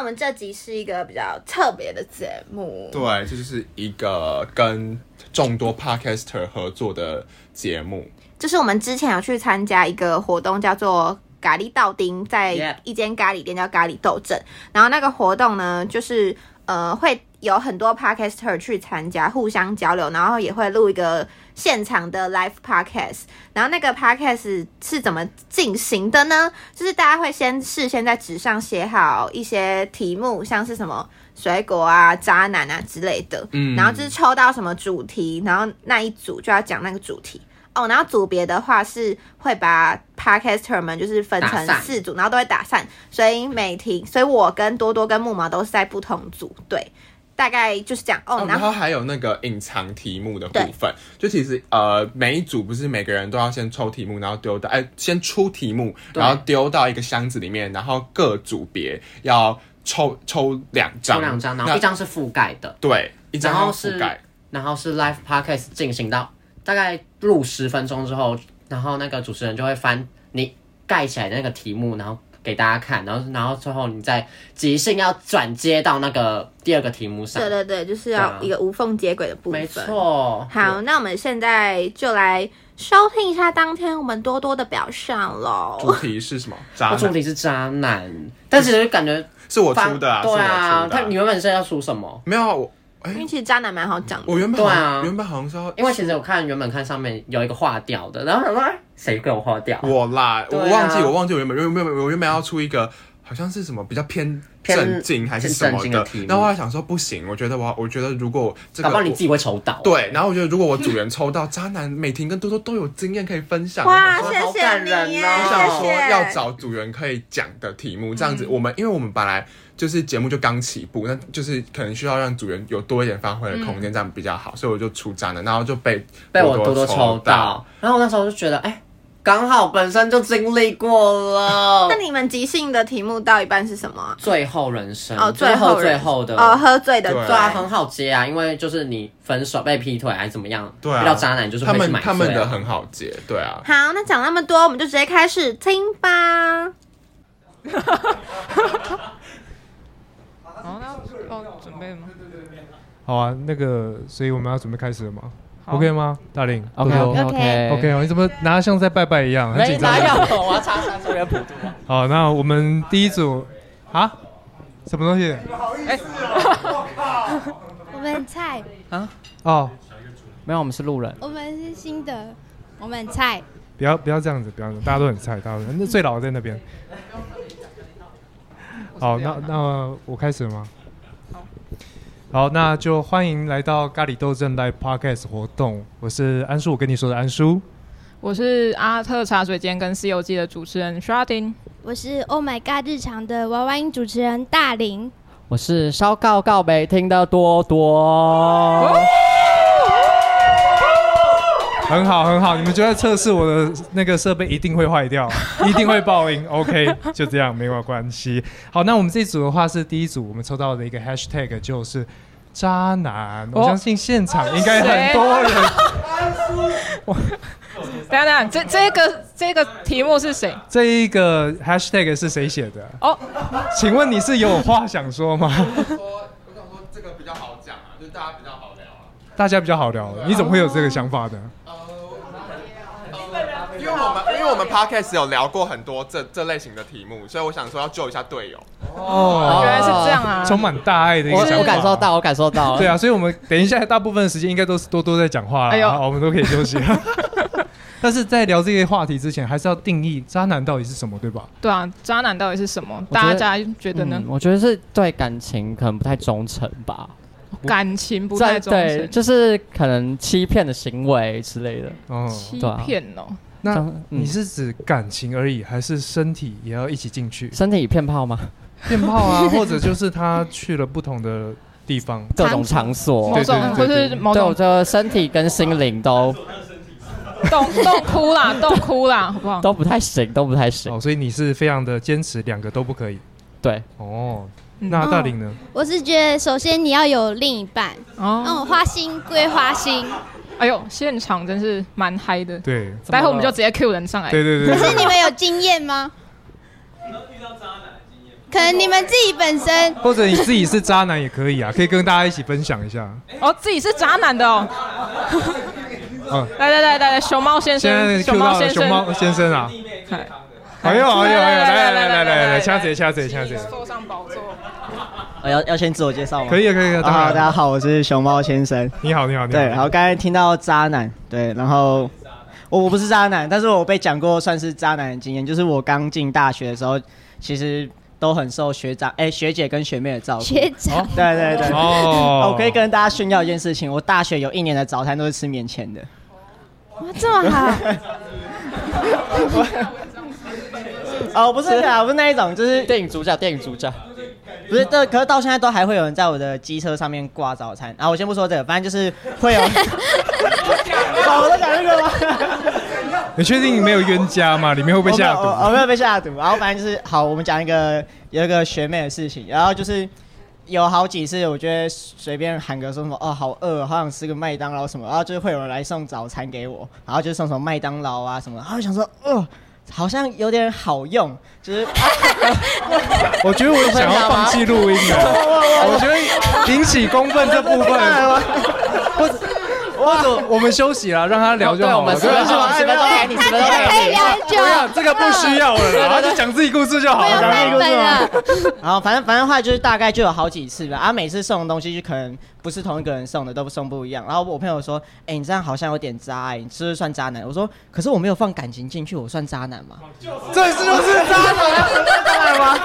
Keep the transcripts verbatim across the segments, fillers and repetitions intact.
我们这集是一个比较特别的节目， 对，这就是一个跟众多 podcaster 合作的节目。 就是我们之前有去参加一个活动，叫做咖喱道丁，在一间咖喱店叫咖喱豆镇。然后那个活动呢，就是呃会有很多 podcaster 去参加，互相交流，然后也会录一个现场的 live podcast。然后那个 podcast 是怎么进行的呢？就是大家会先事先在纸上写好一些题目，像是什么水果啊、渣男啊之类的，嗯，然后就是抽到什么主题，然后那一组就要讲那个主题。哦，然后组别的话是会把 podcaster 们就是分成四组，然后都会打散，所以每题，所以我跟多多跟木毛都是在不同组，对，大概就是这样。哦， 哦然后还有那个隐藏题目的部分，就其实呃每一组不是每个人都要先抽题目，然后丢到哎先出题目，然后丢到一个箱子里面，然后各组别要抽抽两张， 抽两张，然后一张是覆盖的， 对，一张要覆盖， 然后是 live podcast 进行到。大概录十分钟之后，然后那个主持人就会翻你盖起来的那个题目，然后给大家看，然后然后最后你再即兴要转接到那个第二个题目上。 对对对，就是要一个无缝接轨的部分。 没错。 好，那我们现在就来收听一下当天我们多多的表现喽。 主题是什么？渣男。 主题是渣男，但其实感觉是我出的啊。 对啊， 他你原本是要出什么？ 没有啊，我。 因为其实渣男蛮好讲的， 我原本对啊， 原本好像是要， 因为其实我看原本看上面有一个划掉的，然后想说谁给我划掉？ 我啦， 啊、 我忘记我忘记我原本原本我原本要出一个好像是什么比较偏正经还是什么的，然后后来想说不行，我觉得我我觉得如果这个， 搞不好你自己会抽到。 对，然后我觉得如果我组员抽到渣男，美婷跟多多都有经验可以分享。 哇，谢谢你耶！ 我想说要找组员可以讲的题目，这样子我们因为我们本来。就是节目就刚起步，那就是可能需要让组员有多一点发挥的空间，嗯、这样比较好，所以我就出渣男，然后就被被我多多抽到，然后我那时候就觉得，哎、欸，刚好本身就经历过了。 那你们即兴的题目到一半是什么、啊？ 最后人生哦，最后最后的哦，喝醉的醉， 对啊，很好接啊，因为就是你分手被劈腿还是怎么样， 对啊， 遇到渣男就是会去买醉、啊、 他们他们的很好接，对啊。 好，那讲那么多，我们就直接开始听吧。 好，那要准备吗？好啊，那个，所以我们要准备开始了吗 ？OK 吗？大林 ？OK OK OK OK 哦，你怎么拿像在拜拜一样，很紧张？ 没有，我要插三首原普渡。 好，那我们第一组啊，什么东西？ 不好意思啊！我靠！ 我们菜啊哦， 没有，我们是路人。 我们是新的，我们菜。 不要不要这样子，不要这样，大家都很菜，大家都很那最老的在那边。好，那那我开始了吗？好，好，那就欢迎来到咖喱豆镇 Live Podcast 活动。我是安叔，我跟你说的安叔。 我是阿特茶水间跟《西游记》的主持人 Sharding。 我是 Oh My God 日常的娃娃音主持人大林。 我是烧告告没听的多多。 很好很好，你们就在测试我的那个设备一定会坏掉，一定会爆音。OK， 就这样没有关系。好，那我们这一组的话是第一组，我们抽到的一个 hashtag 就是渣男。哦、我相信现场应该很多人。 我等一下等一下，这这个这个题目是谁？ 这一个 hashtag 是谁写的？哦，请问你是有话想说吗？ 我想说，我想说这个比较好讲啊，就是大家比较好聊啊。 大家比较好聊，你怎么会有这个想法的？ 因为我们因为我们 podcast 有聊过很多这这类型的题目，所以我想说要救一下队友。 哦，原来是这样啊！ 充满大爱的一个想法。 我感受到，我感受到。 对啊，所以我们等一下大部分的时间应该都是多多在讲话了，哎呦，我们都可以休息了。但是在聊这些话题之前，还是要定义渣男到底是什么，对吧？ 对啊，渣男到底是什么？大家觉得呢、嗯？ 我觉得是对感情可能不太忠诚吧。 感情不太忠诚， 对，就是可能欺骗的行为之类的。 哦， 欺骗哦。 那你是指感情而已，还是身体也要一起进去？ 身体骗炮吗？ 骗炮啊，或者就是他去了不同的地方， 各种场所， 某种或是某种， 对，我觉得身体跟心灵都冻冻哭啦，冻哭啦，好不好？ 都不太行，都不太行。 哦，所以你是非常的坚持，两个都不可以。 对， 哦。那大林呢、嗯？ 我是觉得，首先你要有另一半，哦，嗯，花心归花心。 哎呦，现场真是蛮嗨的。 对， 待会我们就直接 Q 人上来。 对对 对, 对。 可是你们有经验吗？ 遇到渣男的经验吗？ 可能你们自己本身， 或者你自己是渣男也可以啊，可以跟大家一起分享一下。 哦，自己是渣男的哦。嗯，来来来来，熊猫先生， 现在 Q 到了熊猫先生啊！哎呦哎呦哎呦，来来来来来来，掐谁掐谁掐谁， 坐上宝座。 我要要先自我介绍吗？ 可以可以， 当然。大家好，我是熊猫先生。 你好你好你好。 对，然后刚才听到渣男，对，然后我我不是渣男，但是我被讲过算是渣男的经验，就是我刚进大学的时候，其实都很受学长哎、欸、学姐跟学妹的照顾。 学长。 对对对。 哦。 我可以跟大家炫耀一件事情，我大学有一年的早餐都是吃免钱的。 哇，这么好。 哦，不是啊，不是那一种，就是电影主角，电影主角。 不是，这可是到现在都还会有人在我的机车上面挂早餐。然后我先不说这个，反正就是会有。我在讲这个吗？ 你确定你没有冤家吗？里面会不会下毒？ 我没有被下毒。然后反正就是好，我们讲一个有一个学妹的事情，然后就是有好几次，我觉得随便喊个说什么哦，好饿，好想吃个麦当劳什么，然后就会有人来送早餐给我，然后就送什么麦当劳啊什么，然后我想说，哦。好像有点好用，就是， 我觉得我想要放弃录音了。我觉得引起公愤这部分，或者或者我们休息了，让他聊就好了。 对，我们十分钟给你，十分钟给你。 不要， 这个不需要了啦，他就讲自己故事就好了。 讲自己故事了。然后反正反正话就是大概就有好几次吧，啊，每次送的东西就可能不是同一个人送的，都送不一样。然后我朋友说，哎、欸，你这样好像有点渣、欸，你是不是算渣男？我说，可是我没有放感情进去，我算渣男吗？ 这是就是渣男， 渣男吗？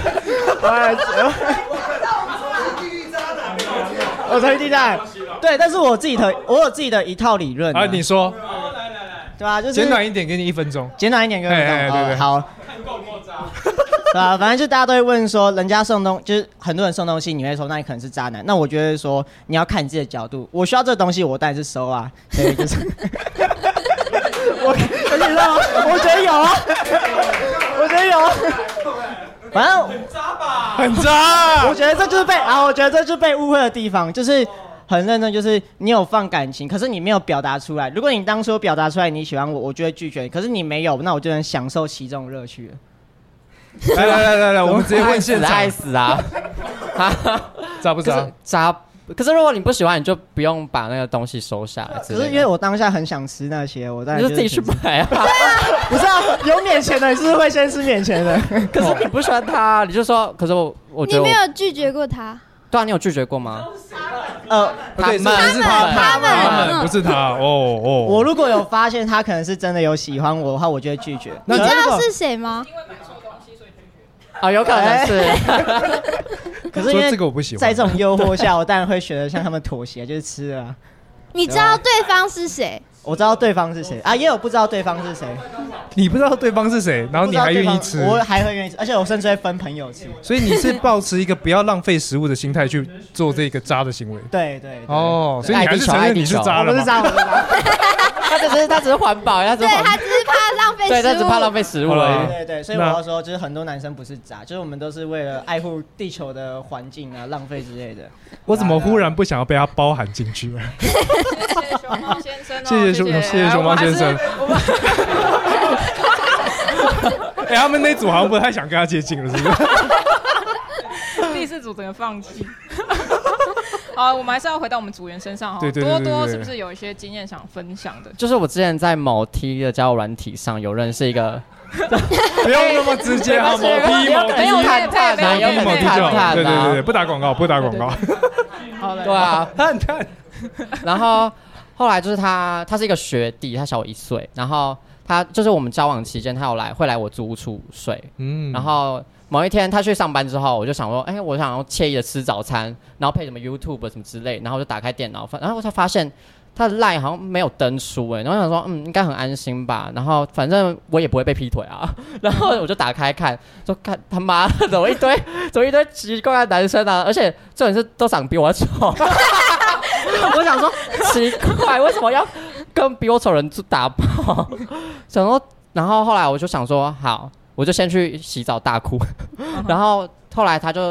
我才地渣男，对，但是我自己的，我有自己的一套理论啊。你说， 对吧？就是简短一点，给你一分钟。 简短一点，给你一分钟。 对对， 好。看够够渣。对啊，反正就大家都会问说，人家送东，就是很多人送东西，你会说那你可能是渣男。那我觉得说你要看你自己的角度，我需要这个东西，我当然是收啊。所以就是，我你知道吗？我觉得有啊，我觉得有啊。反正很渣吧，很渣。 我觉得这就是被啊，我觉得这就是被误会的地方，就是很认真，就是你有放感情，可是你没有表达出来。如果你当初表达出来你喜欢我，我就会拒绝你。可是你没有，那我就能享受其中的乐趣了。 来来来来来，我们直接问现场， 爱死啊！ 渣不渣？ 渣。可是如果你不喜欢，你就不用把那个东西收下来。 可是因为我当下很想吃那些，我当然就自己去买啊。 对啊，不是啊，有免钱的，你是不是会先吃免钱的？ 可是你不喜欢他，你就说，可是我我觉得你没有拒绝过他。 对啊，你有拒绝过吗？ 呃， 他们是他他们他们不是他哦哦。 我如果有发现他可能是真的有喜欢我的话，我就会拒绝。 你知道是谁吗？ 啊、哦，有可能是。 可是因为这个我不喜欢， 在这种诱惑下，我当然会选择向他们妥协，就是吃了、啊。 你知道对方是谁？ 我知道对方是谁啊，也有不知道对方是谁。 你不知道对方是谁，然后你还愿意吃， 我还会愿意吃，而且我甚至会分朋友吃。 所以你是抱持一个不要浪费食物的心态去做这个渣的行为。 对 对, 对。 哦，所以你还是承认你是渣了吗？ 我不是渣，我不是渣。 他只是他只是环保，他只是对他只是怕浪费食物， 对，他只是怕浪费食物而已。 对对对，所以我要说，就是很多男生不是渣，就是我们都是为了爱护地球的环境啊、浪费之类的。 我怎么忽然不想要被他包含进去了？ 谢谢熊猫先生、哦， 谢谢熊谢谢熊猫先生。哎、欸，他们那组好像不太想跟他接近了，是不是？ 第四组整个放弃。好，我们还是要回到我们组员身上哈。 对对对对对对， 多多是不是有一些经验想分享的？ 就是我之前在某 T 的交友软体上有认识一个， 不用那么直接哈，某 T 某 T 没有探探， 某 T 某 T 就好，对对对对，不打广告，不打广告。 好嘞， 对啊， 探探。 然后后来就是他，他是一个学弟，他小我一岁，然后他就是我们交往期间，他有来会来我租屋处睡，嗯，然后。某一天他去上班之后，我就想说，哎、欸，我想要惬意的吃早餐，然后配什么 YouTube 什么之类，然后我就打开电脑，然后他发现他的 LINE 好像没有登出，哎，然后我想说，嗯，应该很安心吧，然后反正我也不会被劈腿啊，然后我就打开看，说看他妈的，怎么一堆，怎么一堆奇怪的男生啊，而且重点是都长比我丑，我想说奇怪，为什么要跟比我丑人打炮？想说，然后后来我就想说，好。我就先去洗澡大哭，然后后来他就打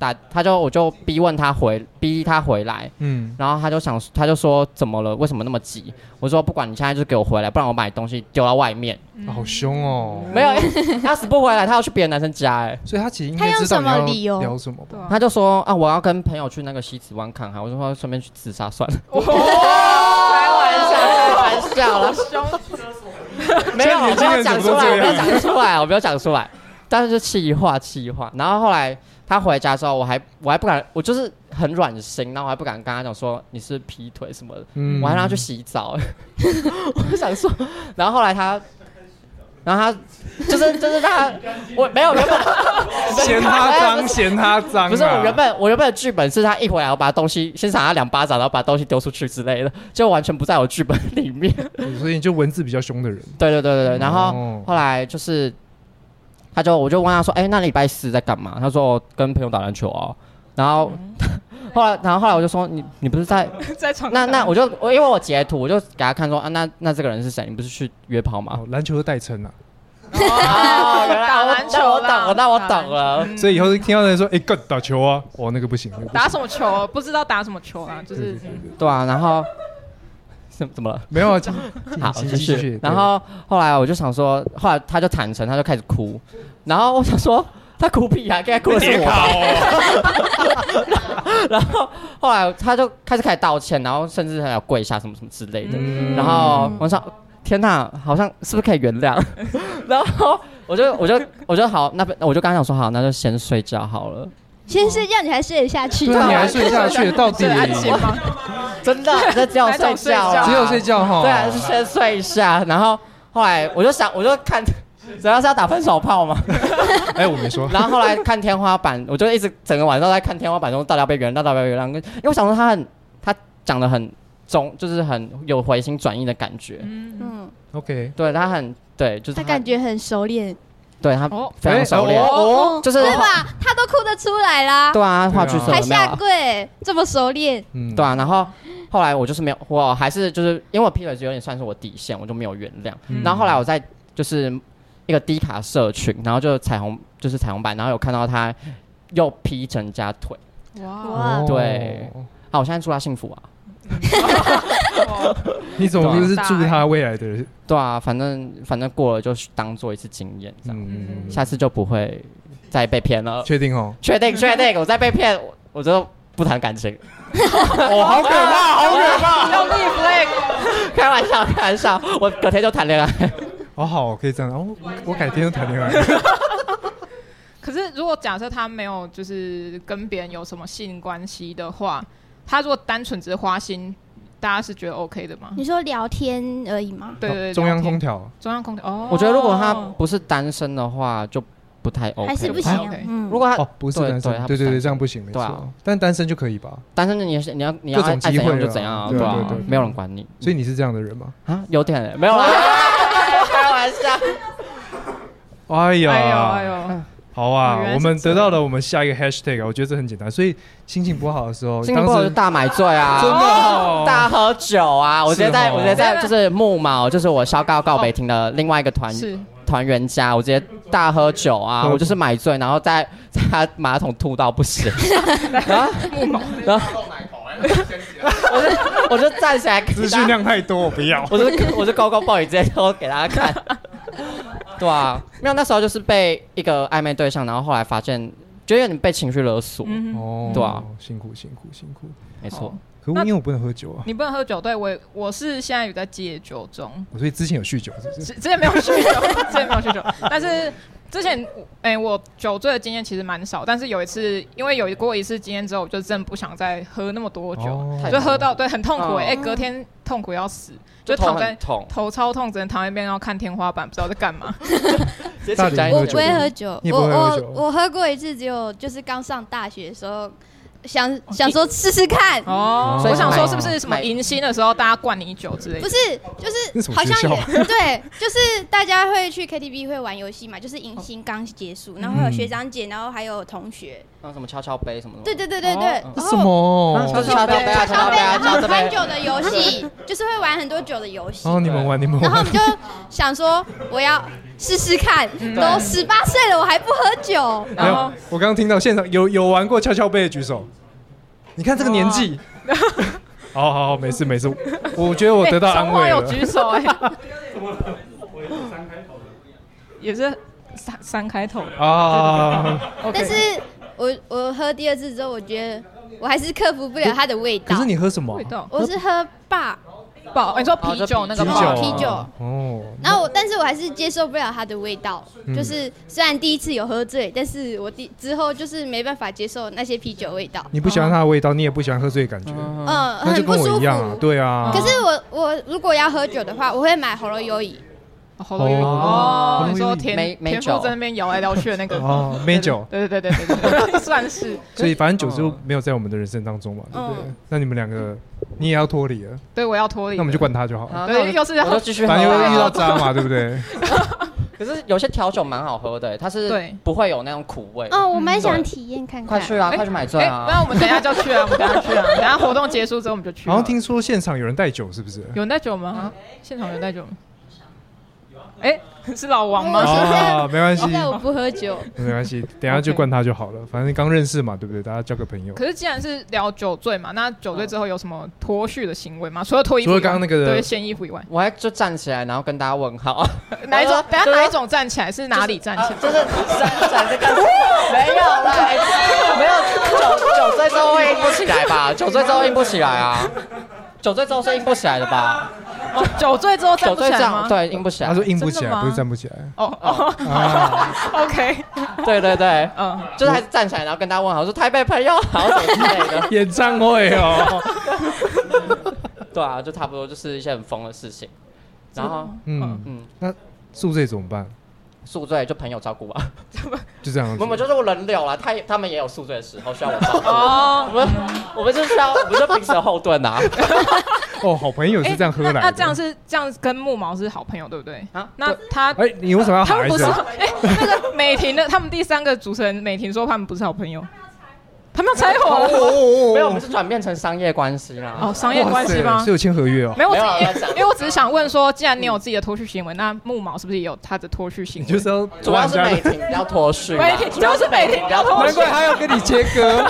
打，他就我就逼问他回，逼他回来，嗯，然后他就想，他就说怎么了？为什么那么急？我说不管你现在就给我回来，不然我把你东西丢到外面。 嗯、好凶哦！ 没有，他死不回来，他要去别的男生家，哎， 所以他其实应该知道你要聊什么吧？ 他就说啊，我要跟朋友去那个西子湾看海，我就说顺便去自杀算了。 哦、 开玩笑，开玩笑了，凶。没有，我没有讲出来，我没有讲出来，我没有讲出来。但是就气话气话，然后后来他回家之后，我还我还不敢，我就是很软心，然后我还不敢跟他讲说你是劈腿什么的，嗯、我还让他去洗澡。我想说，然后后来他，然后他就是就是他，我没有原本嫌他脏，嫌他脏、啊， 不是我原本我原本的剧本是他一回来我把东西先赏他两巴掌，然后把东西丢出去之类的，就完全不在我剧本里面。 所以你就文字比较凶的人。 对对对对对，然后、哦、后来就是。他就我就问他说，哎、欸，那礼拜四在干嘛？他说我跟朋友打篮球啊。然后、嗯、后来，然后后来我就说，你你不是在在床那那我就我因为我截图，我就给他看说啊，那那这个人是谁？你不是去约炮吗？ 篮、哦、球的代称啊。 哦，原来打篮球，我懂了，那我懂了。 所以以后听到人说，哎、欸，干打球啊，哦，那个不行，那個、不行打什么球？不知道打什么球啊，就是对, 对, 对, 对, 对啊，然后。怎么了？ 没有啊， 好，继续。然后后来我就想说，后来他就坦诚，他就开始哭。然后我想说，他哭屁啊，该哭的是我。然后后来他就开始开始道歉，然后甚至还有跪下什么什么之类的。嗯、然后我想，天哪，好像是不是可以原谅？然后我就我就我就好，那我就刚想说好，那就先睡觉好了。 先睡觉，你还睡得下去？ 对，你还睡下去，到底安心吗？ 真的，这只有睡觉， 只有睡觉哈。 对啊，是先睡一下，然后后来我就想，我就看，主要是要打分手炮嘛。 哎、欸，我没说。 然后后来看天花板，我就一直整个晚上在看天花板中到底要被原谅，到底要被原谅。因为我想说他很，他讲的很中，就是很有回心转意的感觉。 嗯 ，OK， 对他很对，就是他, 他感觉很熟练。 对他非常熟练， 哦， 就是对吧？他都哭得出来啦。 对啊，话剧社还下跪，这么熟练。 嗯，对啊。然后后来我就是没有，我还是就是因为我劈腿有点算是我底线，我就没有原谅。嗯、然后后来我在就是一个低卡社群，然后就彩虹就是彩虹版，然后有看到他又劈成家腿。哇！对，好，我现在祝他幸福啊。 你怎么不是祝他未来的？ 对啊，反正反正过了就当做一次经验，这样、嗯，下次就不会再被骗了。 确定哦？ 确定确定，我再被骗，我就不谈感情。 哦，好可怕，好可怕！ 要立 flag， 开玩笑，开玩笑，我隔天就谈恋爱。 哦，好，可以这样。哦，我改天就谈恋爱。 可是如果假设他没有就是跟别人有什么性关系的话，他如果单纯只是花心，大家是觉得 OK 的吗？ 你说聊天而已吗？ 对 对, 对， 中央空调， 中央空调。哦， 我觉得如果他不是单身的话，就不太 OK， 还是不行。 嗯，如果他哦不是单身，对对对，这样不行，没错。但单身就可以吧？ 单身你你要你要爱怎样就怎样，对对对，没有人管你。 所以你是这样的人吗？ 啊，有点没有啦，开玩笑。 哎呀， 哎呦哎呦。 好啊，我们得到了我们下一个 hashtag， 我觉得这很简单，所以心情不好的时候， 心情不好就大买醉啊， 真的、哦、 大喝酒啊。我直接在，我直接在就是木毛，就是我萧告告北亭的另外一个团团员家，我直接大喝酒啊，我就是买醉，然后在在他马桶吐到不行，然后木毛，然后我就我就站起来， 资讯量太多，我不要， 我就我就高高抱你，直接都给大家看。对啊，没有那时候就是被一个暧昧对象，然后后来发现，觉得你被情绪勒索，嗯、哦，对啊， 辛苦辛苦辛苦， 没错。 可我因为我不能喝酒啊， 你不能喝酒，对我我是现在有在戒酒中， 所以之前有酗酒是不是？ 之前没有酗酒，之前没有酗酒，但是之前哎、欸，我酒醉的经验其实蛮少，但是有一次，因为有过一次经验之后，我就真的不想再喝那么多酒，哦、就喝到对很痛苦哎、欸欸，隔天痛苦要死。就躺在头超痛，只能躺在那边，然后看天花板，不知道在干嘛。 我不会喝酒， 我我我喝过一次，只有就是刚上大学的时候，想想说试试看。 哦，我想说是不是什么迎新的时候大家灌你酒之类的？ 不是，就是好像也对，就是大家会去 K T V 会玩游戏嘛，就是迎新刚结束，然后会有学长姐，然后还有同学。 那什么敲敲杯什么的？ 对对对对对。 什么？ 敲敲杯啊，敲敲杯啊， 然后玩酒的游戏，就是会玩很多酒的游戏。 哦，你们玩，你们玩。 然后我们就想说，我要试试看。都十八岁了，我还不喝酒。 然后我刚刚听到现场有有玩过跷跷杯的举手，你看这个年纪。好好好，没事没事，我觉得我得到安慰了。 有举手哎，怎么了？我也是三开头的，也是三三开头的啊。 但是我我喝第二次之后，我觉得我还是克服不了它的味道。 可是你喝什么？ 味道？ 我是喝霸。 爆，你说啤酒那个爆啤酒哦， 然后我，但是我还是接受不了它的味道，嗯、就是虽然第一次有喝醉，但是我第之后就是没办法接受那些啤酒味道。 你不喜欢它的味道，你也不喜欢喝醉的感觉， 嗯， 那就跟我一样啊，对啊。 可是我我如果要喝酒的话，我会买喉咙优饮。 喉咙哦，你说田田馥在那边摇来摇去的那个哦，美酒， 对对对对对对，算是。 所以反正酒就没有在我们的人生当中嘛，对不对？那你们两个你也要脱离了， 对，我要脱离， 那我们就灌他就好了。 对，又是我就继续喝， 反正又遇到渣嘛，对不对？ 可是有些调酒蛮好喝的，它是不会有那种苦味。 哦，我蛮想体验看看。 快去啊，快去买醉啊！ 那我们等一下就去啊，我们等一下去啊，等一下活动结束之后我们就去。 好像听说现场有人带酒，是不是？ 有人带酒吗？现场有人带酒吗？哎，是老王吗？ 哦，没关系， 现在我不喝酒， 没关系，等一下就灌他就好了。反正刚认识嘛，对不对？大家交个朋友。 可是既然是聊酒醉嘛，那酒醉之后有什么脱序的行为吗？除了脱衣服， 除了刚刚那个对掀衣服以外， 我还就站起来，然后跟大家问好。 哪一种？等下哪一种站起来？是哪里站起来？ 就是站站这个没有啦，没有酒酒醉之后会硬不起来吧？酒醉之后硬不起来啊？酒醉之后是硬不起来的吧？ 哦，酒醉之后站不起来吗？ 对，硬不起来。 他说硬不起来，不是站不起来。 哦哦 ，OK， 对对对，嗯，就是还是站起来，然后跟大家问好，说台北朋友好什么之类的。 演唱会哦。 对啊，就差不多就是一些很疯的事情。然后， 嗯嗯，那宿醉怎么办？ 宿醉就朋友照顾吧， 就这样。 我们就是轮流啦，他他们也有宿醉的时候需要我照顾。哦，我们我们就需要，我们就平时后盾啊。 哦，好朋友是这样喝来的。 那这样是这样跟木毛是好朋友，对不对？啊，那他哎，你为什么要喊一声？ 哎，那个美婷的他们第三个主持人美婷说他们不是好朋友。他们要拆伙了， 没有，我们是转变成商业关系啦。 哦，商业关系吗？ 是有签合约哦。 没有，我因为我只是想问说，既然你有自己的脱序行为，那木毛是不是也有他的脱序行为？ 就是要主要是美婷比较脱序， 美婷主要是美婷比较脱序， 难怪他要跟你切割。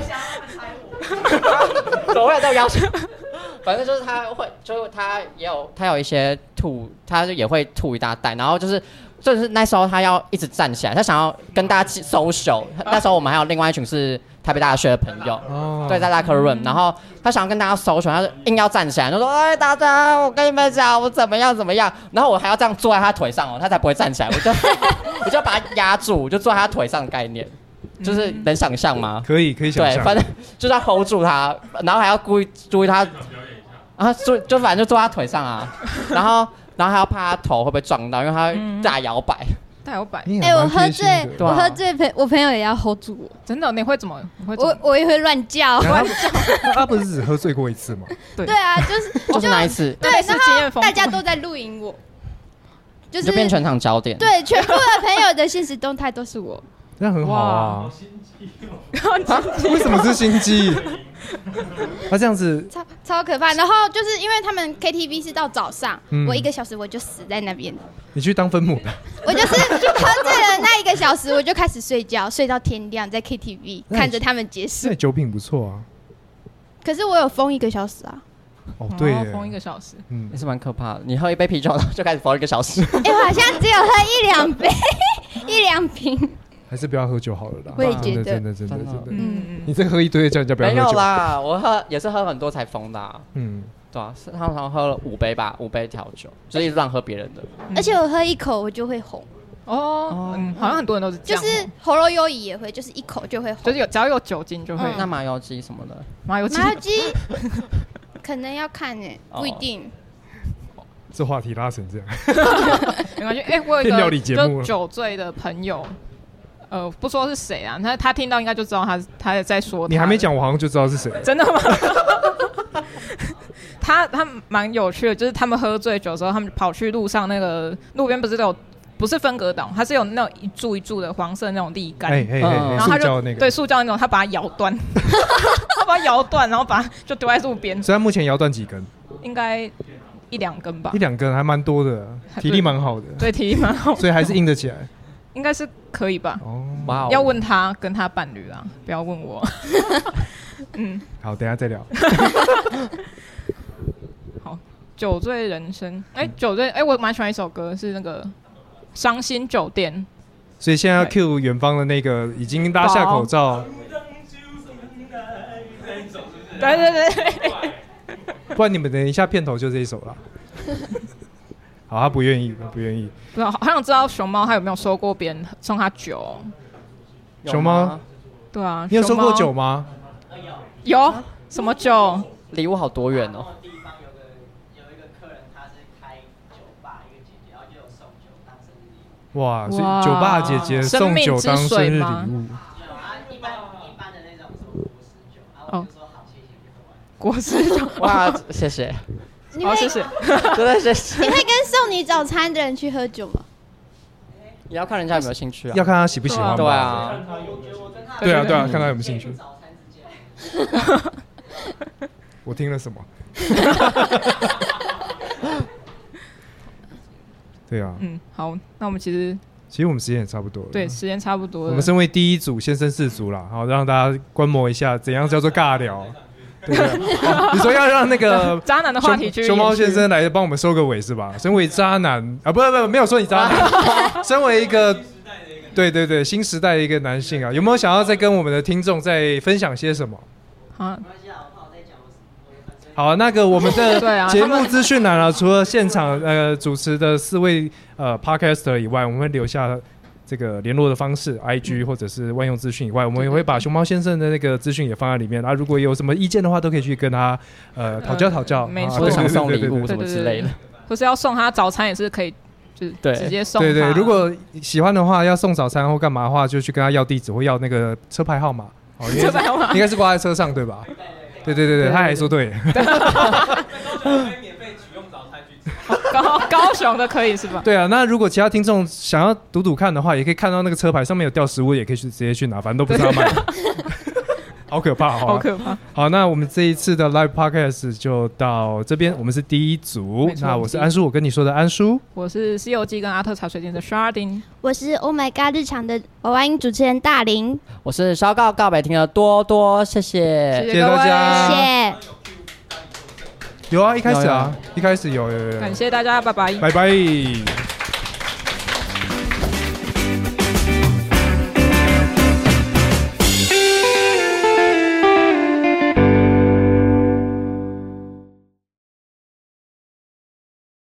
怎么会有这种要求？反正就是他会，就是他也有，他有一些吐，他也会吐一大袋，然后就是。就是那时候他要一直站起来，他想要跟大家 social。那时候我们还有另外一群是台北大学的朋友，哦、对，在大科 room， 然后他想要跟大家 social， 他就硬要站起来，就说：“哎，大家，我跟你们讲，我怎么样怎么样。”然后我还要这样坐在他腿上哦，他才不会站起来。我就我就把他压住，就坐在他腿上的概念，就是能想象吗？ 可以，可以想象。 对，反正就是要 hold 住他，然后还要故意注意他，啊，就就反正就坐在他腿上啊，然后。然后还要怕他头会不会撞到，因为他会大摇摆。 大摇摆。 哎、欸，我喝醉，我喝醉，朋我朋友也要 hold 住我。 真的？你会怎么？你会我我也会乱叫。 乱叫。他不是只喝醉过一次吗？ 对。对啊，就是就是那一次。 对，然后大家都在录影我， 就是就变全场焦点。 对，全部的朋友的现实动态都是我。 那很好啊。为什么是心机？他这样子超超可怕，然后就是因为他们 K T V 是到早上，嗯、我一个小时我就死在那边。 你去当分母的？ 我就是喝醉了那一个小时，我就开始睡觉，睡到天亮，在 K T V 看着他们结束。 那酒品不错啊。 可是我有疯一个小时啊。 哦，对耶， 疯一个小时， 嗯，也是蛮可怕的。你喝一杯啤酒就开始疯一个小时。 哎、欸，我好像只有喝一两杯，一两瓶。 还是不要喝酒好了啦。 我也觉得， 真的真的真的真的。嗯，你这喝一堆，叫人家不要喝酒。 没有啦，我喝也是喝很多才疯的、啊。嗯，对啊，是常常喝了五杯吧，五杯调酒，就是一直乱喝别人的。 而且我喝一口我就会红。 哦，嗯，好像很多人都是这样。 就是喉咙优饮也会，就是一口就会红。 就是有只要有酒精就会。 嗯、那麻油鸡什么的， 麻油鸡， 麻油鸡可能要看哎、欸，不一定。 哦、这话题拉成这样， 没关系。哎、欸，我有一个就酒醉的朋友。呃，不说是谁啊，他他听到应该就知道他他在说他。 你还没讲，我好像就知道是谁。 真的吗？他他蛮有趣的，就是他们喝醉酒的时候，他们跑去路上那个路边不是都有，不是分隔岛，它是有那种一柱一柱的黄色那种立杆， 哎哎哎， 然后他就、 那个、 对塑胶那种，他把它摇断，他把它摇断，然后把它就丢在路边。 所以他目前摇断几根？ 应该一两根吧， 一两根还蛮多的，体力蛮好的。 对，体力蛮好， 所以还是硬得起来。 应该是可以吧？ 哦， 哇， 要问他跟他伴侣啊，不要问我。嗯， 好，等一下再聊。 好，酒醉人生，哎、欸，酒醉，哎、欸，我蛮喜欢一首歌，是那个《伤心酒店》。 所以现在要 cue 远方的那个已经拉下口罩。 对对对。 不然你们等一下片头就这一首啦。好，他不愿意，他不愿意。 不是，好想知道熊猫他有没有收过别人送他酒？ 熊猫？ 对啊， 你有收过酒吗？ 有，什么酒？ 离我好多远哦。 哇，所以酒吧姐姐送酒当生日礼物。 哦，果汁酒。 哇，谢谢。 好，谢谢。 真的谢谢。 你会跟送你早餐的人去喝酒吗？ 也要看人家有没有兴趣啊。 要看他喜不喜欢吧。 对啊。 对啊，对啊，看他有没有兴趣。我听了什么？对啊。 嗯，好，那我们其实其实我们时间也差不多了。 对，时间差不多了。 我们身为第一组先生四组啦，好让大家观摩一下怎样叫做尬聊。对不对？哦、你说要让那个渣男的话题去熊猫先生来帮我们收个尾是吧？身为渣男啊，不不不，没有说你渣男。身为一个，对对对，新时代的一个男性啊，有没有想要再跟我们的听众再分享些什么？ 啊， 好，那个我们的节目资讯栏啊，除了现场呃主持的四位呃 podcaster 以外，我们会留下这个联络的方式 I G 或者是万用资讯以外，我们也会把熊猫先生的那个资讯也放在里面啊。如果有什么意见的话，都可以去跟他呃讨教讨教， 没错，想送礼物什么之类的， 或是要送他早餐也是可以，就是直接送。 对对，如果喜欢的话，要送早餐或干嘛的话，就去跟他要地址或要那个车牌号码。哦，车牌号码应该是挂在车上对吧？对对对对，他还说对。 高高雄的可以是吧？ 对啊，那如果其他听众想要赌赌看的话，也可以看到那个车牌上面有掉食物，也可以去直接去拿，反正都不是要卖的。好可怕， 好可怕。 好，那我们这一次的 live podcast 就到这边，我们是第一组。那我是安叔，我跟你说的安叔。 我是《西游记》跟阿特茶水间的 Sharding。 我是 Oh My God 日常的娃娃音主持人大林。 我是烧告告北亭的多多，谢谢， 谢谢大家， 谢谢。 有啊，一开始啊，一开始有有有。 感谢大家，拜拜， 拜拜。